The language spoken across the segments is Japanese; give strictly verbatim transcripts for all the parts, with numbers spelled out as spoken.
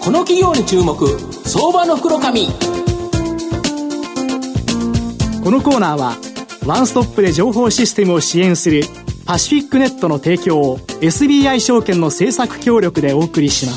この企業に注目、相場の袋紙。 このコーナーはワンストップで情報システムを支援するパシフィックネットの提供を エスビーアイ 証券の政策協力でお送りします。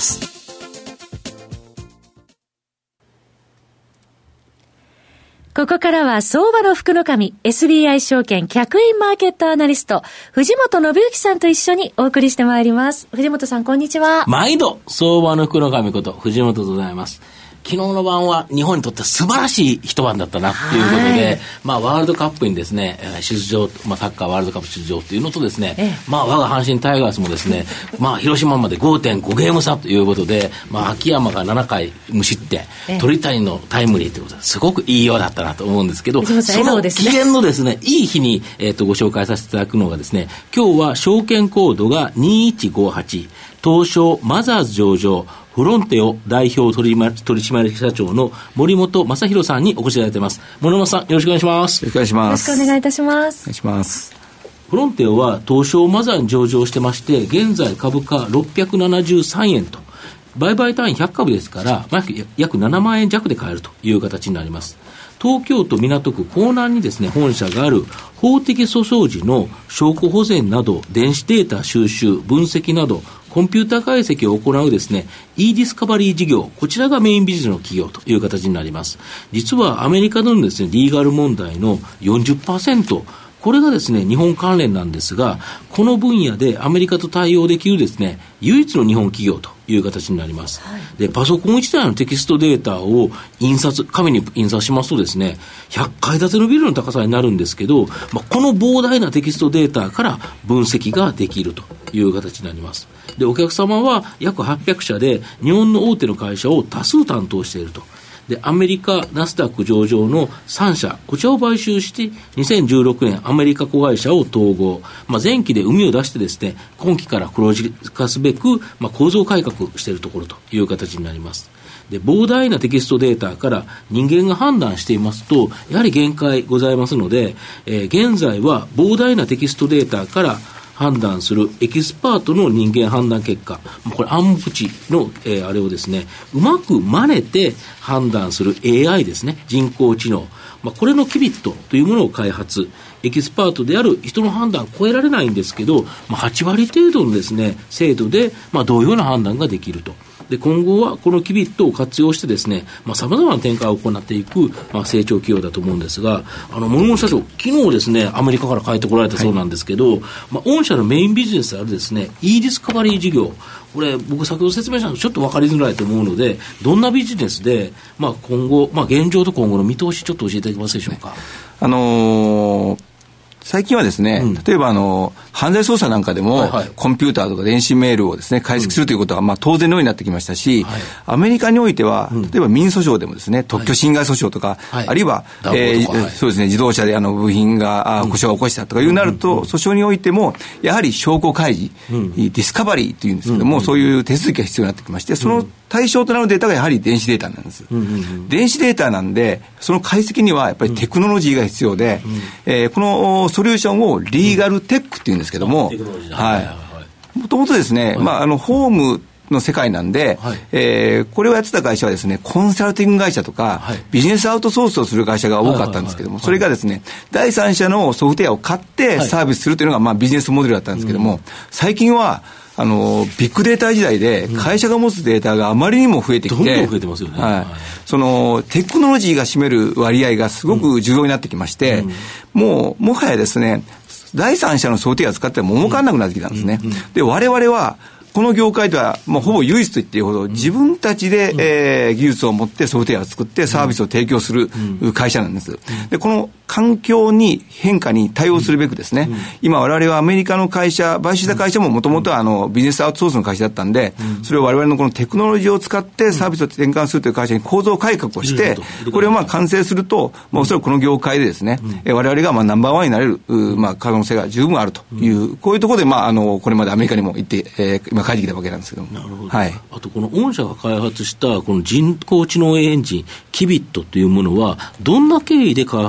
ここからは相場の福の神 エスビーアイ 証券客員マーケットアナリスト藤本信之さんと一緒にお送りしてまいります。藤本さん、こんにちは。 毎度相場の福の神こと藤本でございます。昨日の晩は日本にとって素晴らしい一晩だったなということで、まあ、ワールドカップにですね出場、まあ、サッカーワールドカップ出場というのとですね、ええ、まあ、我が阪神タイガースもですね、まあ、広島まで ごてんご ゲーム差ということで、まあ、秋山がななかい無失点、ええ、鳥谷のタイムリーということですごくいいようだったなと思うんですけど、その機嫌のですねいい日に、えー、とご紹介させていただくのがですね、今日は証券コードがにいちごはち東証マザーズ上場フロンテオ代表取締役社長の森本正弘さんにお越しいただいています。森本さん、よろしくお願いします。 よろしくお願いします。 よろしくお願いいたします。 お願いします。 フロンテオは東証マザーに上場してまして、現在株価ろっぴゃくななじゅうさんえんと、売買単位ひゃっかぶですから、まあ、約ななまんえん弱で買えるという形になります。東京都港区港南にですね本社がある法的訴訟時の証拠保全など電子データ収集分析などコンピューター解析を行うですね e ディスカバリー事業、こちらがメインビジネスの企業という形になります。実はアメリカのですねリーガル問題の よんじゅっパーセント、これがですね日本関連なんですが、この分野でアメリカと対応できるですね唯一の日本企業という形になります、はい、でパソコンいちだいのテキストデータを印刷紙に印刷しますとですねひゃっかい建てのビルの高さになるんですけど、まあ、この膨大なテキストデータから分析ができるという形になります。でお客様は約はっぴゃくしゃで日本の大手の会社を多数担当していると。でアメリカナスダック上場のさんしゃ、こちらを買収してにせんじゅうろくねんアメリカ子会社を統合、まあ、前期で海を出してですね今期から黒字化すべく、まあ、構造改革しているところという形になります。で膨大なテキストデータから人間が判断していますとやはり限界ございますので、えー、現在は膨大なテキストデータから判断するエキスパートの人間判断結果、これ暗部値の、えー、あれをですねうまく真似て判断する エーアイ ですね、人工知能、まあ、これのキビットというものを開発、エキスパートである人の判断を超えられないんですけど、まあ、はちわり程度のですね精度で、まあ、同様な判断ができると。で今後はこのキビットを活用してですね、まあ、様々な展開を行っていく、まあ、成長企業だと思うんですが、あの森本社長、昨日ですねアメリカから帰ってこられたそうなんですけど、はい、まあ、御社のメインビジネスであるですね e ディスカバリー事業、これ僕先ほど説明したのでちょっと分かりづらいと思うので、どんなビジネスで、まあ、今後、まあ、現状と今後の見通しちょっと教えていただけますでしょうか。 あのー最近はですね、うん、例えばあの犯罪捜査なんかでも、はいはい、コンピューターとか電子メールをですね解析するということが、まあ、当然のようになってきましたし、はい、アメリカにおいては、うん、例えば民事訴訟でもですね特許侵害訴訟とか、はい、あるいは、えーはい、そうですね自動車であの部品が故障を起こしたとかいうなると、うん、訴訟においてもやはり証拠開示、うん、ディスカバリーというんですけども、うん、そういう手続きが必要になってきまして、その対象となるデータがやはり電子データなんです、うんうんうん、電子データなんでその解析にはやっぱりテクノロジーが必要で、うんえー、このソリューションをリーガルテックっていうんですけども、もともとですね、はいまあ、あのホームの世界なんで、はいえー、これをやってた会社はですねコンサルティング会社とか、はい、ビジネスアウトソースをする会社が多かったんですけども、それがですね第三者のソフトウェアを買ってサービスするというのが、まあ、ビジネスモデルだったんですけども、うん、最近はあのビッグデータ時代で会社が持つデータがあまりにも増えてきて、 どんどん増えてますよね、 はい、そのテクノロジーが占める割合がすごく重要になってきまして、うん、もうもはやですね第三者のソフトウェアを使っても儲からなくなってきたんですね、うんうんうん、で我々はこの業界ではもうほぼ唯一と言っていいほど自分たちで、うんえー、技術を持ってソフトウェアを作ってサービスを提供する会社なんです、うん、でこの環境に変化に対応するべくですね、うん、今我々はアメリカの会社買収した会社ももともとはあのビジネスアウトソースの会社だったんで、うん、それを我々のこのテクノロジーを使ってサービスを転換するという会社に構造改革をして、うん、これをまあ完成すると、まあ、おそらくこの業界でですね、うん、我々がまあナンバーワンになれる、まあ、可能性が十分あるという、うん、こういうところでまああのこれまでアメリカにも行って、えー、今帰ってきたわけなんですけども、 なるほど、はい、あとこの御社が開発したこの人工知能エンジンキビットというものはどんな経緯で開発されて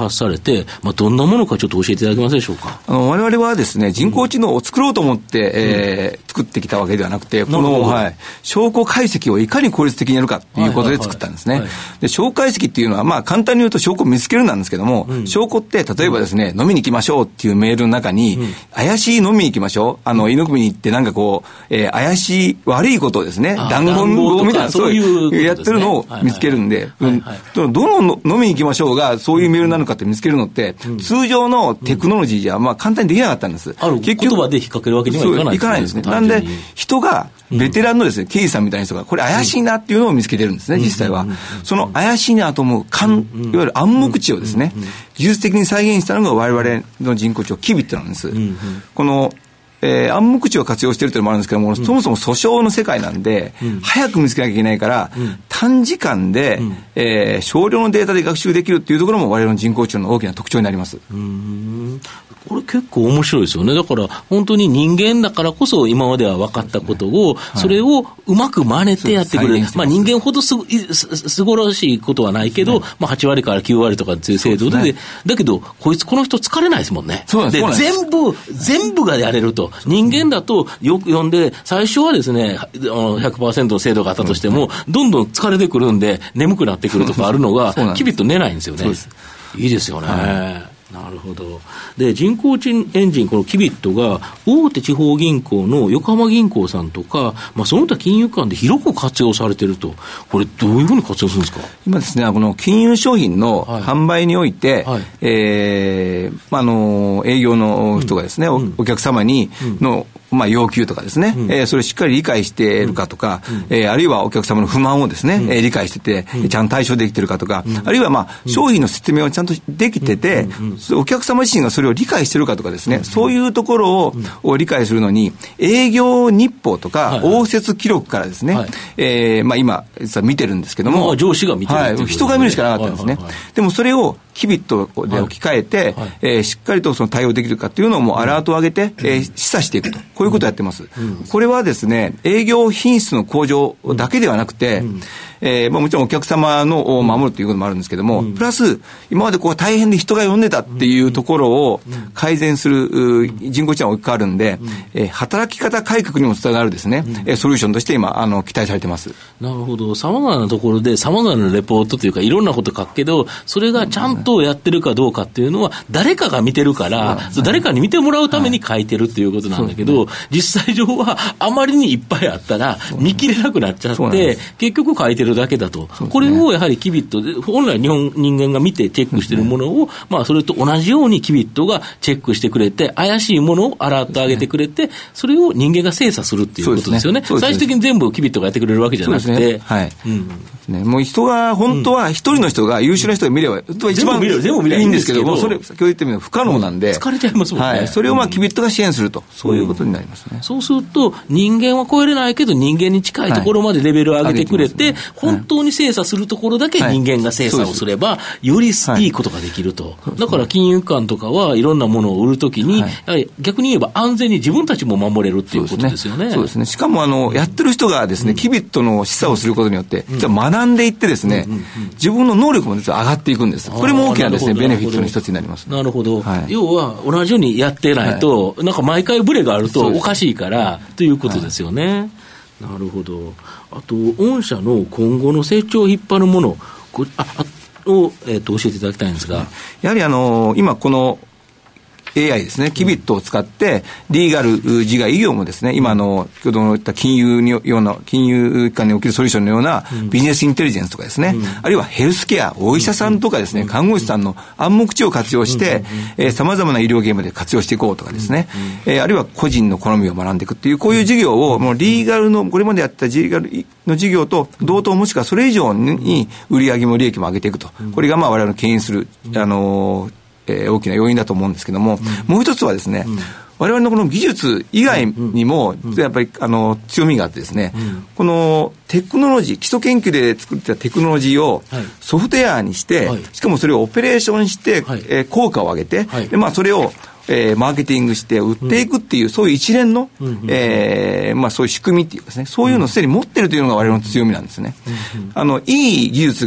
て、まあ、どんなものかちょっと教えていただけますでしょうか。 あの我々はですね、人工知能を作ろうと思って、うんえー、作ってきたわけではなくて、この、はい、証拠解析をいかに効率的にやるかということで作ったんですね。はいはいはい、で証拠解析っていうのは、まあ、簡単に言うと証拠を見つけるなんですけども、うん、証拠って例えばですね、飲みに行きましょうっていうメールの中に、うん、怪しい飲みに行きましょう、あの、犬組に行ってなんかこう、えー、怪しい悪いことをですね、談言語みたいな、そういうやってるのを見つけるんで、どの飲みに行きましょうがそういうメールなのかって見つけるのって、うん、通常のテクノロジーじゃまあ簡単にできなかったんです。 ある言葉で引っ掛けるわけにはいかないですね。いかないですね。 なんで人がベテランのですね、刑事さんみたいな人がこれ怪しいなっていうのを見つけてるんですね、実際は。その怪しいなと思う勘、いわゆる暗黙知をですね、技術的に再現したのが我々の人工知能キビットなんです。このえー、暗黙知を活用しているというのもあるんですけども、うん、そもそも訴訟の世界なんで、うん、早く見つけなきゃいけないから、うん、短時間で、うんえー、少量のデータで学習できるっていうところも我々の人工知能の大きな特徴になります。 うーんこれ結構面白いですよね。だから本当に人間だからこそ今までは分かったことを、はい、それをうまく真似てやってくれる。まあ人間ほどすすすごろしいことはないけど、ねまあ、はち割からきゅう割とかっていう制度 で, で、ね、だけどこいつこの人疲れないですもんね。 そうでで全部全部がやれると。人間だとよく読んで最初はですね ひゃくパーセント の精度があったとしても、うん、どんどん疲れてくるんで眠くなってくるとかあるのがキビッと寝ないんですよね。そうです。いいですよね。はいなるほど。で、人工知能エンジン、このキビットが、大手地方銀行の横浜銀行さんとか、まあ、その他金融機関で広く活用されていると。これ、どういうふうに活用するんですか？ 今ですね、この金融商品の販売において、はいはいえーまあ、あの営業の人がですね、うん、お, お客様にの、まあ、要求とかですね、うんえー、それをしっかり理解しているかとか、うんえー、あるいはお客様の不満をですね、うんえー、理解してて、うん、ちゃんと対処できているかとか、うん、あるいは、まあ、商品の説明をちゃんとできてて、うんうんお客様自身がそれを理解しているかとかですね、うん、そういうところを、うん、を理解するのに営業日報とか応接記録からですね、はいはいえーまあ、今実は見てるんですけども、 上司が見てるっていう、 はい、人が見るしかなかったんですね、はいはいはい、でもそれをキビットで置き換えて、はいはいえー、しっかりとその対応できるかというのをもうアラートを上げて、うんえー、示唆していくとこういうことをやってます、うん、これはですね営業品質の向上だけではなくて、うんえーまあ、もちろんお客様のを守るということもあるんですけども、うん、プラス今までこう大変で人が呼んでたっていうところを改善する人工知能が置き換わるんで、うんえー、働き方改革にもつながるですね、うん、ソリューションとして今あの期待されてます。 なるほど。様々なところで様々なレポートというかいろんなこと書くけどそれがちゃんとやってるかどうかっていうのは誰かが見てるから、ね、誰かに見てもらうために書いてるっていうことなんだけど、はいね、実際上はあまりにいっぱいあったら見切れなくなっちゃって結局書いてるだけだと、ね、これをやはりキビットで本来日本人間が見てチェックしているものを、ねまあ、それと同じようにキビットがチェックしてくれて怪しいものをアラート上げてくれて そ, ね、それを人間が精査するっていうことですよね。最終的に全部キビットがやってくれるわけじゃなくて、ねはいうんね、もう人が本当は一人の人が優秀な人が見れば、うん、一番いいんですけどもそれ先ほど言ったように不可能なんで、 うん、疲れちゃいますもんね、はい、 それをまあキビットが支援すると、うん、そういうことになりますね、 うん、そうすると人間は超えれないけど人間に近いところまでレベルを上げてくれて、はいね、本当に精査するところだけ人間が精査をすれば、はい、よりいいことができると、はい、だから金融機関とかはいろんなものを売るときに、はい、逆に言えば安全に自分たちも守れるっていうことですよね。 そうですね。しかもあのやってる人がですね、うん、キビットの示唆をすることによって、うん、実は学んでいってですね、うんうんうん、自分の能力も実は上がっていくんです。これも大きなですねベネフィットの一つになります。 なるほど、はい、要は同じようにやってないと、はい、なんか毎回ブレがあるとおかしいからということですよね、はい、なるほど。あと御社の今後の成長を引っ張るものこれああを、えー、と教えていただきたいんですが、 やはりあの今このエーアイ ですね、キビットを使って、リーガル事業医業もですね、今の、先ほどの言った金融のような、金融機関におけるソリューションのようなビジネスインテリジェンスとかですね、うん、あるいはヘルスケア、お医者さんとかですね、看護師さんの暗黙知を活用して、さまざまな医療現場で活用していこうとかですね、えー、あるいは個人の好みを学んでいくっていう、こういう事業を、もうリーガルの、これまでやったリーガルの事業と同等もしくはそれ以上に売上も利益も上げていくと。これがまあ我々の牽引する、あのー、えー、大きな要因だと思うんですけども、うん、もう一つはですね、うん、我々のこの技術以外にも、うん、やっぱりあの強みがあってですね、うん、このテクノロジー、基礎研究で作ったテクノロジーをソフトウェアにして、はい、しかもそれをオペレーションして、はいえー、効果を上げて、はい、でまあ、それをえー、マーケティングして売っていくっていう、うん、そういう一連の、うんえーまあ、そういう仕組みっていうかですね、そういうのをすでに持っているというのが我々の強みなんですね、うん、あのいい技術があって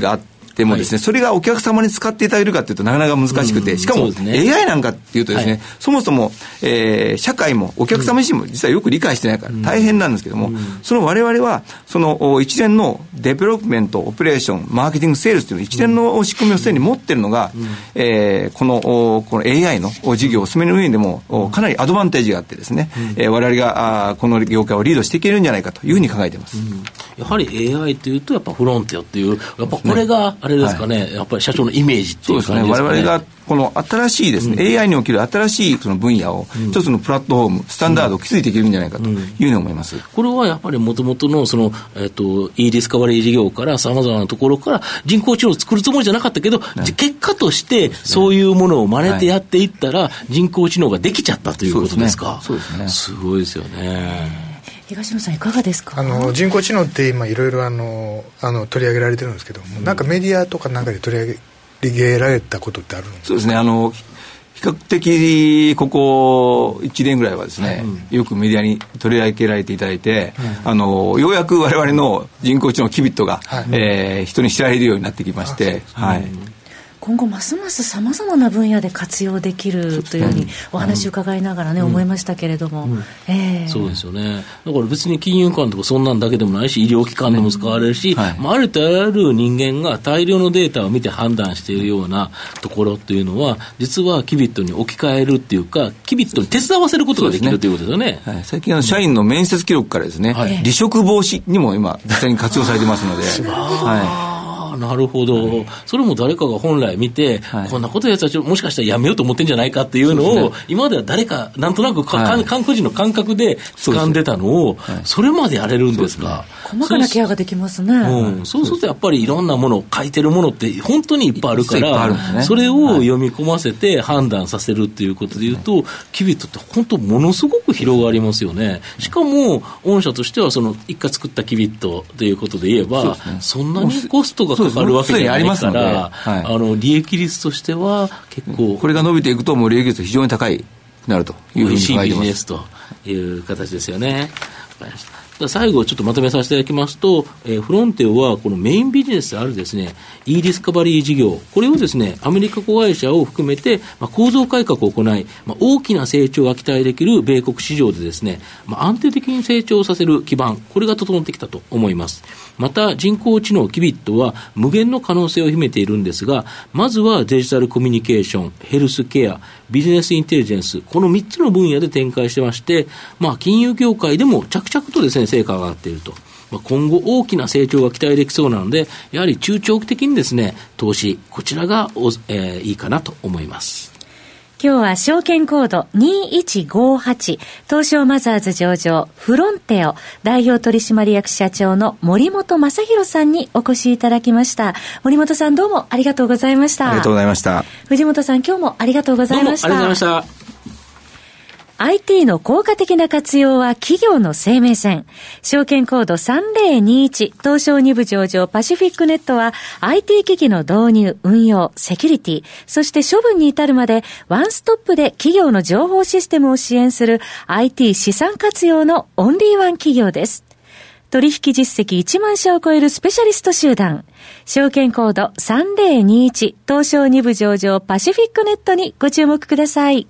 てもですね、はい、それがお客様に使っていただけるかというとなかなか難しくて、しかも エーアイ なんかっていうとですね、はい、そもそも、えー、社会もお客様自身も実はよく理解してないから大変なんですけども、うん、その我々はその一連のデベロップメント、オペレーション、マーケティング、セールスという一連の仕組みをすでに持っているのが、うんえー、このこの エーアイ の事業を進める上でもかなりアドバンテージがあってですね、うんえー、我々があこの業界をリードしていけるんじゃないかというふうに考えています、うん、 やはり エーアイ というとやっぱフロンティアっていうやっぱこれがあれですかね、はい、やっぱり社長のイメージっていう感じですかね。 そうですね、我々がこの新しいですね、うん、エーアイ における新しいその分野を一つのプラットフォーム、うん、スタンダードを築いていけるんじゃないかというふうに思います、うん、 これはやっぱりもともとのその、えー、と e ディスカバリー事業からさまざまなところから人工知能を作るつもりじゃなかったけど、はい、結果としてそういうものを真似てやっていったら、はい、人工知能ができちゃったということですか。 そうですね、 すごいですよね。 東野さんいかがですか。 あの人工知能って今いろいろあのあの取り上げられてるんですけども、うん、なんかメディアとかなんかで取り上げられたことってあるんですか。 そうですね、あの比較的ここいちねんぐらいはですね、うん、よくメディアに取り上げられていただいて、うん、あのようやく我々の人工知能キビットが、はいえー、人に知られるようになってきまして、はい、 今後ますますさまざまな分野で活用できるというようにお話を伺いながらね、うん、思いましたけれども、うんえー、 そうですよね。だから別に金融機関とかそんなんだけでもないし医療機関でも使われるし、はいまあ、あるとある人間が大量のデータを見て判断しているようなところっていうのは実はキビットに置き換えるっていうかキビットに手伝わせることができるということですよね。 はい、最近あの社員の面接記録からですね、はい、離職防止にも今実際に活用されてますので、はいなるほど、はい、それも誰かが本来見て、はい、こんなことやつはもしかしたらやめようと思ってんじゃないかっていうのを、ね、今までは誰かなんとなくか、はい、韓国人の感覚で掴んでたのを そ,、はい、それまでやれるんですか。 細かなケアができますね。 うん、そうするとやっぱりいろんなものを書いてるものって本当にいっぱいあるから、ね、それを読み込ませて判断させるっていうことでいうと、はい、キビットって本当ものすごく広がりますよね。しかも御社としてはその一回作ったキビットということで言えば そ,、ね、そんなにコストがかかるわけじゃないから、はい、あの利益率としては結構これが伸びていくともう利益率非常に高いくなるというふうに考えてます。 美味しいビジネスという形ですよね。わかりました。最後ちょっとまとめさせていただきますと、えー、フロンテオはこのメインビジネスであるですね e ディスカバリー事業、これをですねアメリカ子会社を含めて、まあ、構造改革を行い、まあ、大きな成長が期待できる米国市場でですね、まあ、安定的に成長させる基盤、これが整ってきたと思います。また人工知能キビットは無限の可能性を秘めているんですが、まずはデジタルコミュニケーション、ヘルスケア、ビジネスインテリジェンス、このみっつの分野で展開してまして、まあ、金融業界でも着々とですね成果が上がっていると。まあ、今後大きな成長が期待できそうなので、やはり中長期的にですね投資、こちらが、えー、いいかなと思います。 今日は証券コードにいちごはち東証マザーズ上場フロンテオ代表取締役社長の森本正弘さんにお越しいただきました。森本さんどうもありがとうございました。 ありがとうございました。 藤本さん今日もありがとうございました。 どうもありがとうございました。 アイティー の効果的な活用は企業の生命線。証券コードさんぜろにいち東証に部上場パシフィックネットは アイティー 機器の導入、運用、セキュリティ、そして処分に至るまでワンストップで企業の情報システムを支援する アイティー 資産活用のオンリーワン企業です。取引実績いちまん社を超えるスペシャリスト集団。証券コードさんぜろにいち東証に部上場パシフィックネットにご注目ください。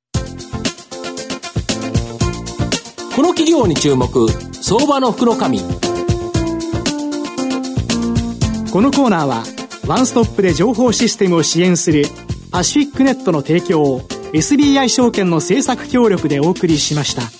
この企業に注目、相場の福の神。 このコーナーはワンストップで情報システムを支援するパシフィックネットの提供を エスビーアイ 証券の政策協力でお送りしました。